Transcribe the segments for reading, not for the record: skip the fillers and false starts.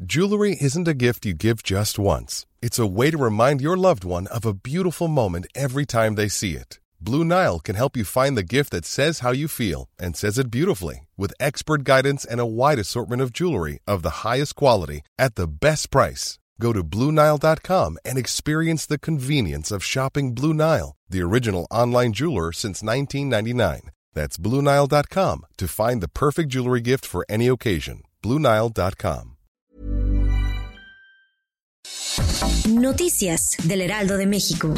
Jewelry isn't a gift you give just once. It's a way to remind your loved one of a beautiful moment every time they see it. Blue Nile can help you find the gift that says how you feel and says it beautifully, with expert guidance and a wide assortment of jewelry of the highest quality at the best price. Go to BlueNile.com and experience the convenience of shopping Blue Nile, the original online jeweler since 1999. That's BlueNile.com to find the perfect jewelry gift for any occasion. BlueNile.com. Noticias del Heraldo de México.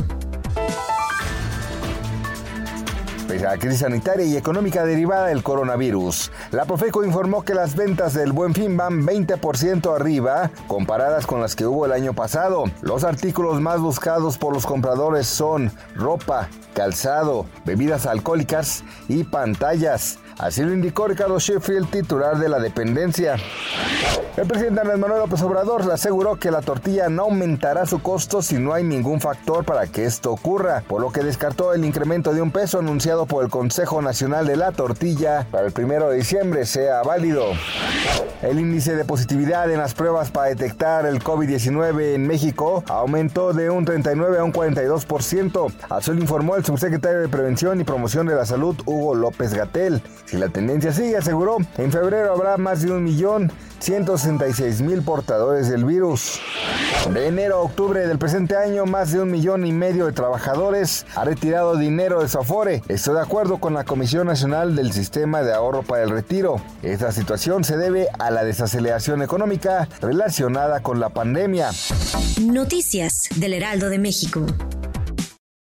Pese a la crisis sanitaria y económica derivada del coronavirus, la Profeco informó que las ventas del Buen Fin van 20% arriba comparadas con las que hubo el año pasado. Los artículos más buscados por los compradores son ropa, calzado, bebidas alcohólicas y pantallas. Así lo indicó Ricardo Sheffield, titular de la dependencia. El presidente Andrés Manuel López Obrador le aseguró que la tortilla no aumentará su costo si no hay ningún factor para que esto ocurra, por lo que descartó el incremento de $1 anunciado por el Consejo Nacional de la Tortilla para el 1 de diciembre sea válido. El índice de positividad en las pruebas para detectar el COVID-19 en México aumentó de un 39 a un 42%. Así lo informó el subsecretario de Prevención y Promoción de la Salud, Hugo López-Gatell. Si la tendencia sigue, aseguró, en febrero habrá más de 1.166.000 portadores del virus. De enero a octubre del presente año, más de 1,5 millones de trabajadores ha retirado dinero de su Afore. Esto de acuerdo con la Comisión Nacional del Sistema de Ahorro para el Retiro. Esta situación se debe a la desaceleración económica relacionada con la pandemia. Noticias del Heraldo de México.